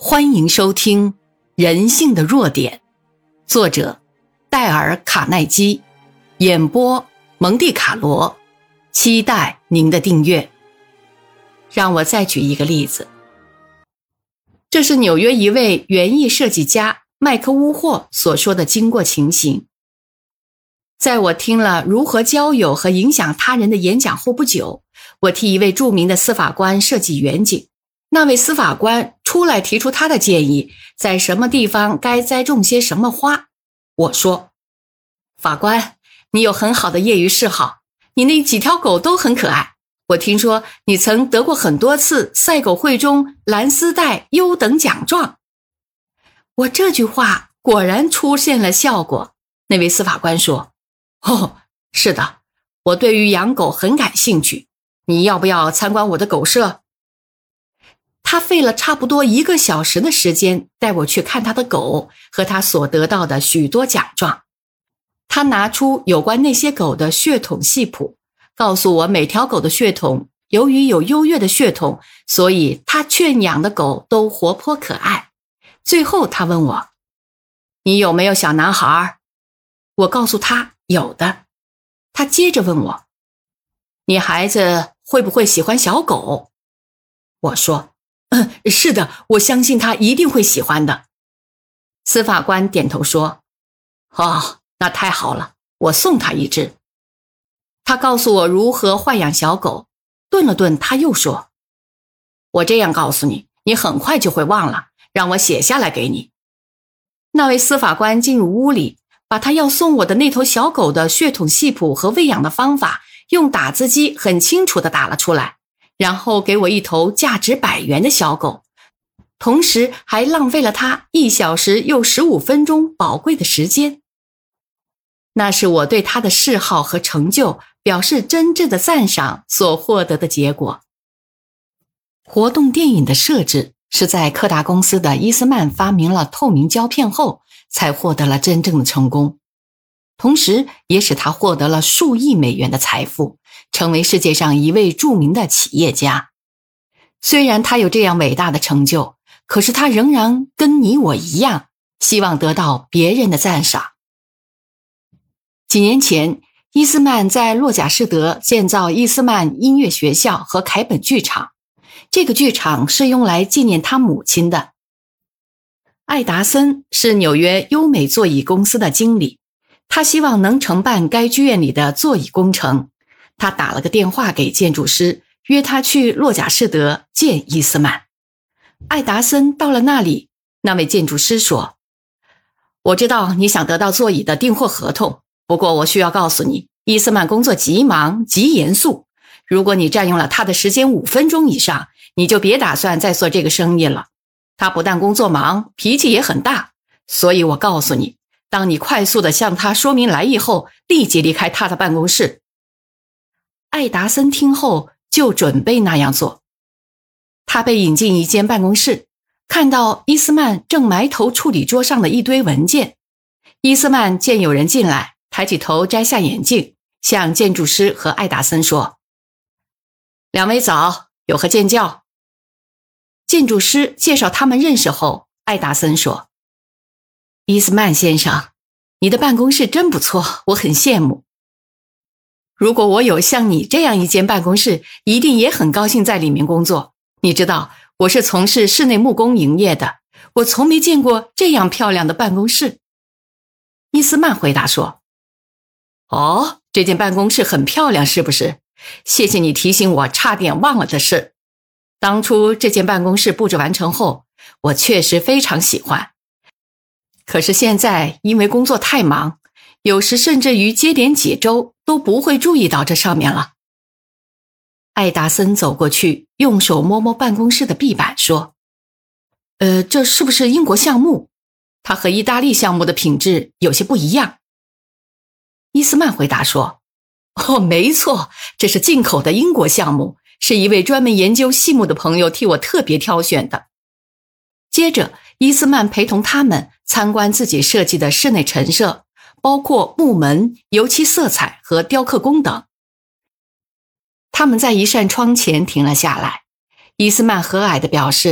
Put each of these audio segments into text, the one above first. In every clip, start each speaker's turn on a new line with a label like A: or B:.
A: 欢迎收听《人性的弱点》，作者戴尔·卡耐基，演播蒙蒂卡罗，期待您的订阅。让我再举一个例子，这是纽约一位园艺设计家麦克乌霍所说的经过情形。在我听了如何交友和影响他人的演讲后不久，我替一位著名的司法官设计远景。那位司法官出来提出他的建议，在什么地方该栽种些什么花。我说，法官，你有很好的业余嗜好，你那几条狗都很可爱。我听说你曾得过很多次赛狗会中蓝丝带优等奖状。我这句话果然出现了效果。那位司法官说，是的，我对于养狗很感兴趣，你要不要参观我的狗舍？他费了差不多1个小时的时间带我去看他的狗和他所得到的许多奖状。他拿出有关那些狗的血统系谱，告诉我每条狗的血统由于有优越的血统，所以他圈养的狗都活泼可爱。最后他问我，你有没有小男孩？我告诉他有的。他接着问我，你孩子会不会喜欢小狗？我说，是的，我相信他一定会喜欢的。司法官点头说，那太好了，我送他一只。他告诉我如何豢养小狗，顿了顿他又说，我这样告诉你，你很快就会忘了，让我写下来给你。那位司法官进入屋里，把他要送我的那头小狗的血统系谱和喂养的方法用打字机很清楚地打了出来，然后给我一头价值100元的小狗，同时还浪费了他1小时又15分钟宝贵的时间。那是我对他的嗜好和成就表示真挚的赞赏所获得的结果。活动电影的设置是在柯达公司的伊斯曼发明了透明胶片后才获得了真正的成功，同时也使他获得了数亿美元的财富，成为世界上一位著名的企业家。虽然他有这样伟大的成就，可是他仍然跟你我一样，希望得到别人的赞赏。几年前，伊斯曼在洛贾士德建造伊斯曼音乐学校和凯本剧场，这个剧场是用来纪念他母亲的。艾达森是纽约优美座椅公司的经理，他希望能承办该剧院里的座椅工程。他打了个电话给建筑师，约他去洛贾士德见伊斯曼。艾达森到了那里，那位建筑师说，我知道你想得到座椅的订货合同，不过我需要告诉你，伊斯曼工作极忙极严肃，如果你占用了他的时间5分钟以上，你就别打算再做这个生意了。他不但工作忙，脾气也很大，所以我告诉你，当你快速地向他说明来意后，立即离开他的办公室。艾达森听后就准备那样做。他被引进一间办公室，看到伊斯曼正埋头处理桌上的一堆文件。伊斯曼见有人进来，抬起头摘下眼镜，向建筑师和艾达森说，两位早，有何见教？建筑师介绍他们认识后，艾达森说，伊斯曼先生，你的办公室真不错，我很羡慕。如果我有像你这样一间办公室，一定也很高兴在里面工作。你知道，我是从事室内木工营业的，我从没见过这样漂亮的办公室。伊斯曼回答说，这间办公室很漂亮是不是？谢谢你提醒我差点忘了的事。当初这间办公室布置完成后，我确实非常喜欢。可是现在因为工作太忙，有时甚至于接连几周都不会注意到这上面了。艾达森走过去，用手摸摸办公室的壁板说，这是不是英国橡木？它和意大利橡木的品质有些不一样。伊斯曼回答说，没错，这是进口的英国橡木，是一位专门研究细木的朋友替我特别挑选的。接着，伊斯曼陪同他们参观自己设计的室内陈设，包括木门、油漆色彩和雕刻工等。他们在一扇窗前停了下来，伊斯曼和蔼地表示，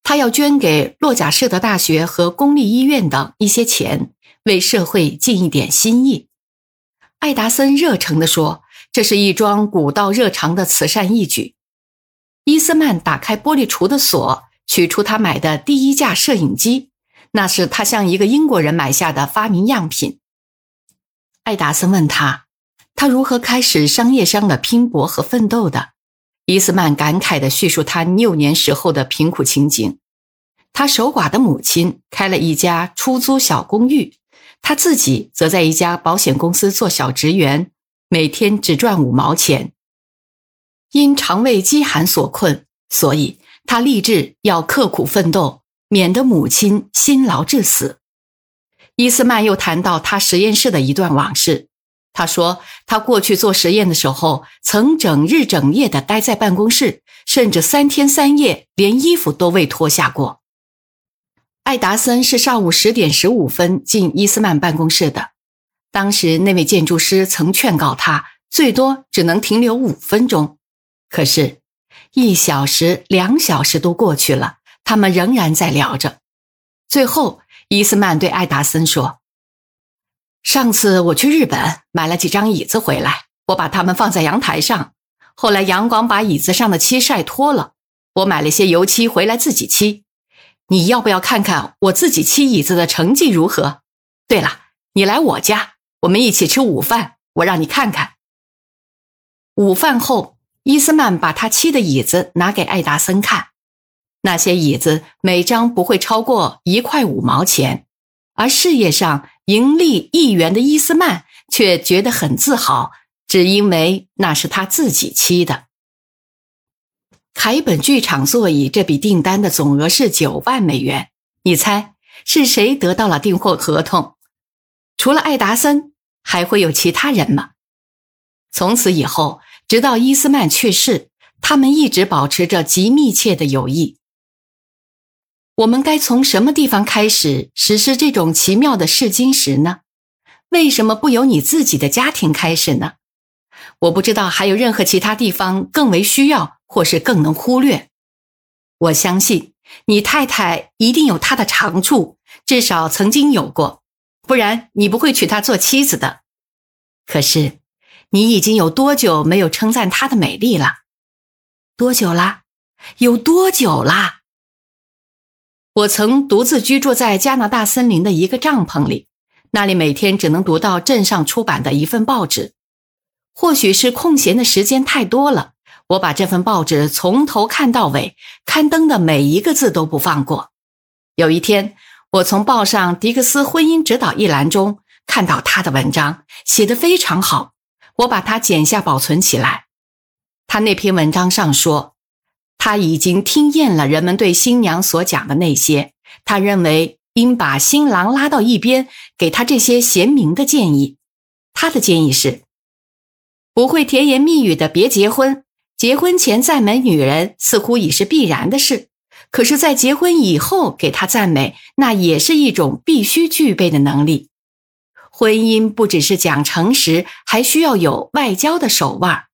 A: 他要捐给洛贾舍德大学和公立医院等一些钱，为社会尽一点心意。艾达森热诚地说，这是一桩古道热肠的慈善义举。伊斯曼打开玻璃橱的锁，取出他买的第一架摄影机，那是他向一个英国人买下的发明样品。艾达森问他如何开始商业上的拼搏和奋斗的。伊斯曼感慨地叙述他幼年时候的贫苦情景。他守寡的母亲开了一家出租小公寓，他自己则在一家保险公司做小职员，每天只赚5毛钱。因常为饥寒所困，所以他立志要刻苦奋斗，免得母亲辛劳致死。伊斯曼又谈到他实验室的一段往事。他说，他过去做实验的时候，曾整日整夜地待在办公室，甚至3天3夜连衣服都未脱下过。艾达森是上午10点15分进伊斯曼办公室的。当时那位建筑师曾劝告他，最多只能停留5分钟。可是1小时、2小时都过去了，他们仍然在聊着。最后，伊斯曼对艾达森说，上次我去日本买了几张椅子回来，我把它们放在阳台上，后来阳光把椅子上的漆晒脱了，我买了些油漆回来自己漆。你要不要看看我自己漆椅子的成绩如何？对了，你来我家，我们一起吃午饭，我让你看看。午饭后，伊斯曼把他漆的椅子拿给艾达森看。那些椅子每张不会超过1块5毛钱，而事业上盈利1元的伊斯曼却觉得很自豪，只因为那是他自己漆的。凯本剧场座椅这笔订单的总额是9万美元，你猜是谁得到了订货合同？除了艾达森，还会有其他人吗？从此以后，直到伊斯曼去世，他们一直保持着极密切的友谊。我们该从什么地方开始实施这种奇妙的试金石呢？为什么不由你自己的家庭开始呢？我不知道还有任何其他地方更为需要，或是更能忽略。我相信你太太一定有她的长处，至少曾经有过，不然你不会娶她做妻子的。可是你已经有多久没有称赞她的美丽了？多久啦？有多久啦？我曾独自居住在加拿大森林的一个帐篷里，那里每天只能读到镇上出版的一份报纸。或许是空闲的时间太多了，我把这份报纸从头看到尾，刊登的每一个字都不放过。有一天，我从报上迪克斯婚姻指导一栏中看到他的文章，写得非常好，我把它剪下保存起来。他那篇文章上说，他已经听厌了人们对新娘所讲的那些，他认为应把新郎拉到一边，给他这些贤明的建议。他的建议是，不会甜言蜜语的别结婚，结婚前赞美女人似乎已是必然的事，可是在结婚以后给她赞美，那也是一种必须具备的能力。婚姻不只是讲诚实，还需要有外交的手腕。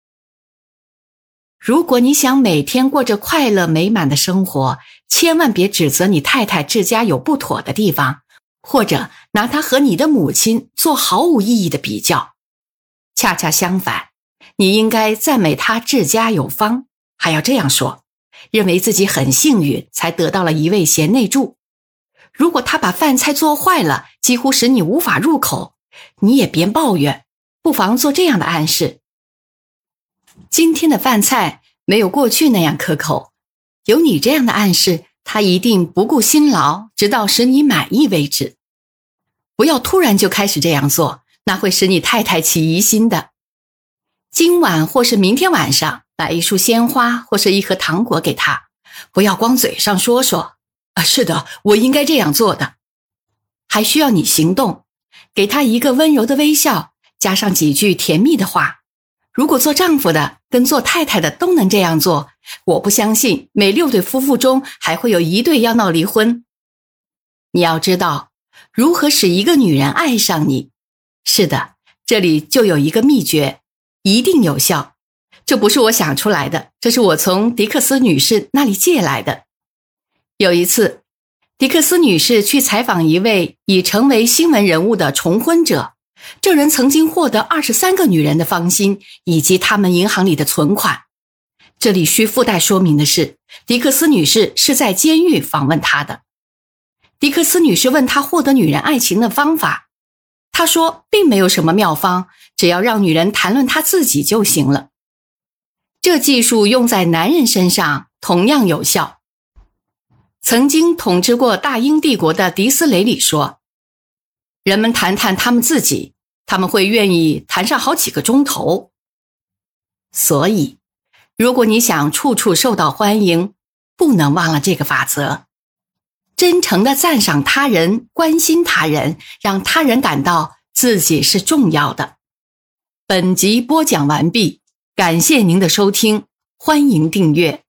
A: 如果你想每天过着快乐美满的生活，千万别指责你太太治家有不妥的地方，或者拿她和你的母亲做毫无意义的比较。恰恰相反，你应该赞美她治家有方，还要这样说，认为自己很幸运才得到了一位贤内助。如果她把饭菜做坏了，几乎使你无法入口，你也别抱怨，不妨做这样的暗示。今天的饭菜没有过去那样可口，有你这样的暗示，他一定不顾辛劳，直到使你满意为止。不要突然就开始这样做，那会使你太太起疑心的。今晚或是明天晚上买一束鲜花或是一盒糖果给他，不要光嘴上说说，是的，我应该这样做的。还需要你行动，给他一个温柔的微笑，加上几句甜蜜的话。如果做丈夫的跟做太太的都能这样做，我不相信每6对夫妇中还会有1对要闹离婚。你要知道如何使一个女人爱上你。是的，这里就有一个秘诀，一定有效。这不是我想出来的，这是我从迪克斯女士那里借来的。 有一次，迪克斯女士去采访一位已成为新闻人物的重婚者，这人曾经获得23个女人的芳心，以及他们银行里的存款。这里需附带说明的是，迪克斯女士是在监狱访问他的。迪克斯女士问他获得女人爱情的方法，他说并没有什么妙方，只要让女人谈论他自己就行了。这技术用在男人身上同样有效。曾经统治过大英帝国的迪斯雷里说，人们谈谈他们自己，他们会愿意谈上好几个钟头。所以，如果你想处处受到欢迎，不能忘了这个法则。真诚地赞赏他人，关心他人，让他人感到自己是重要的。本集播讲完毕，感谢您的收听，欢迎订阅。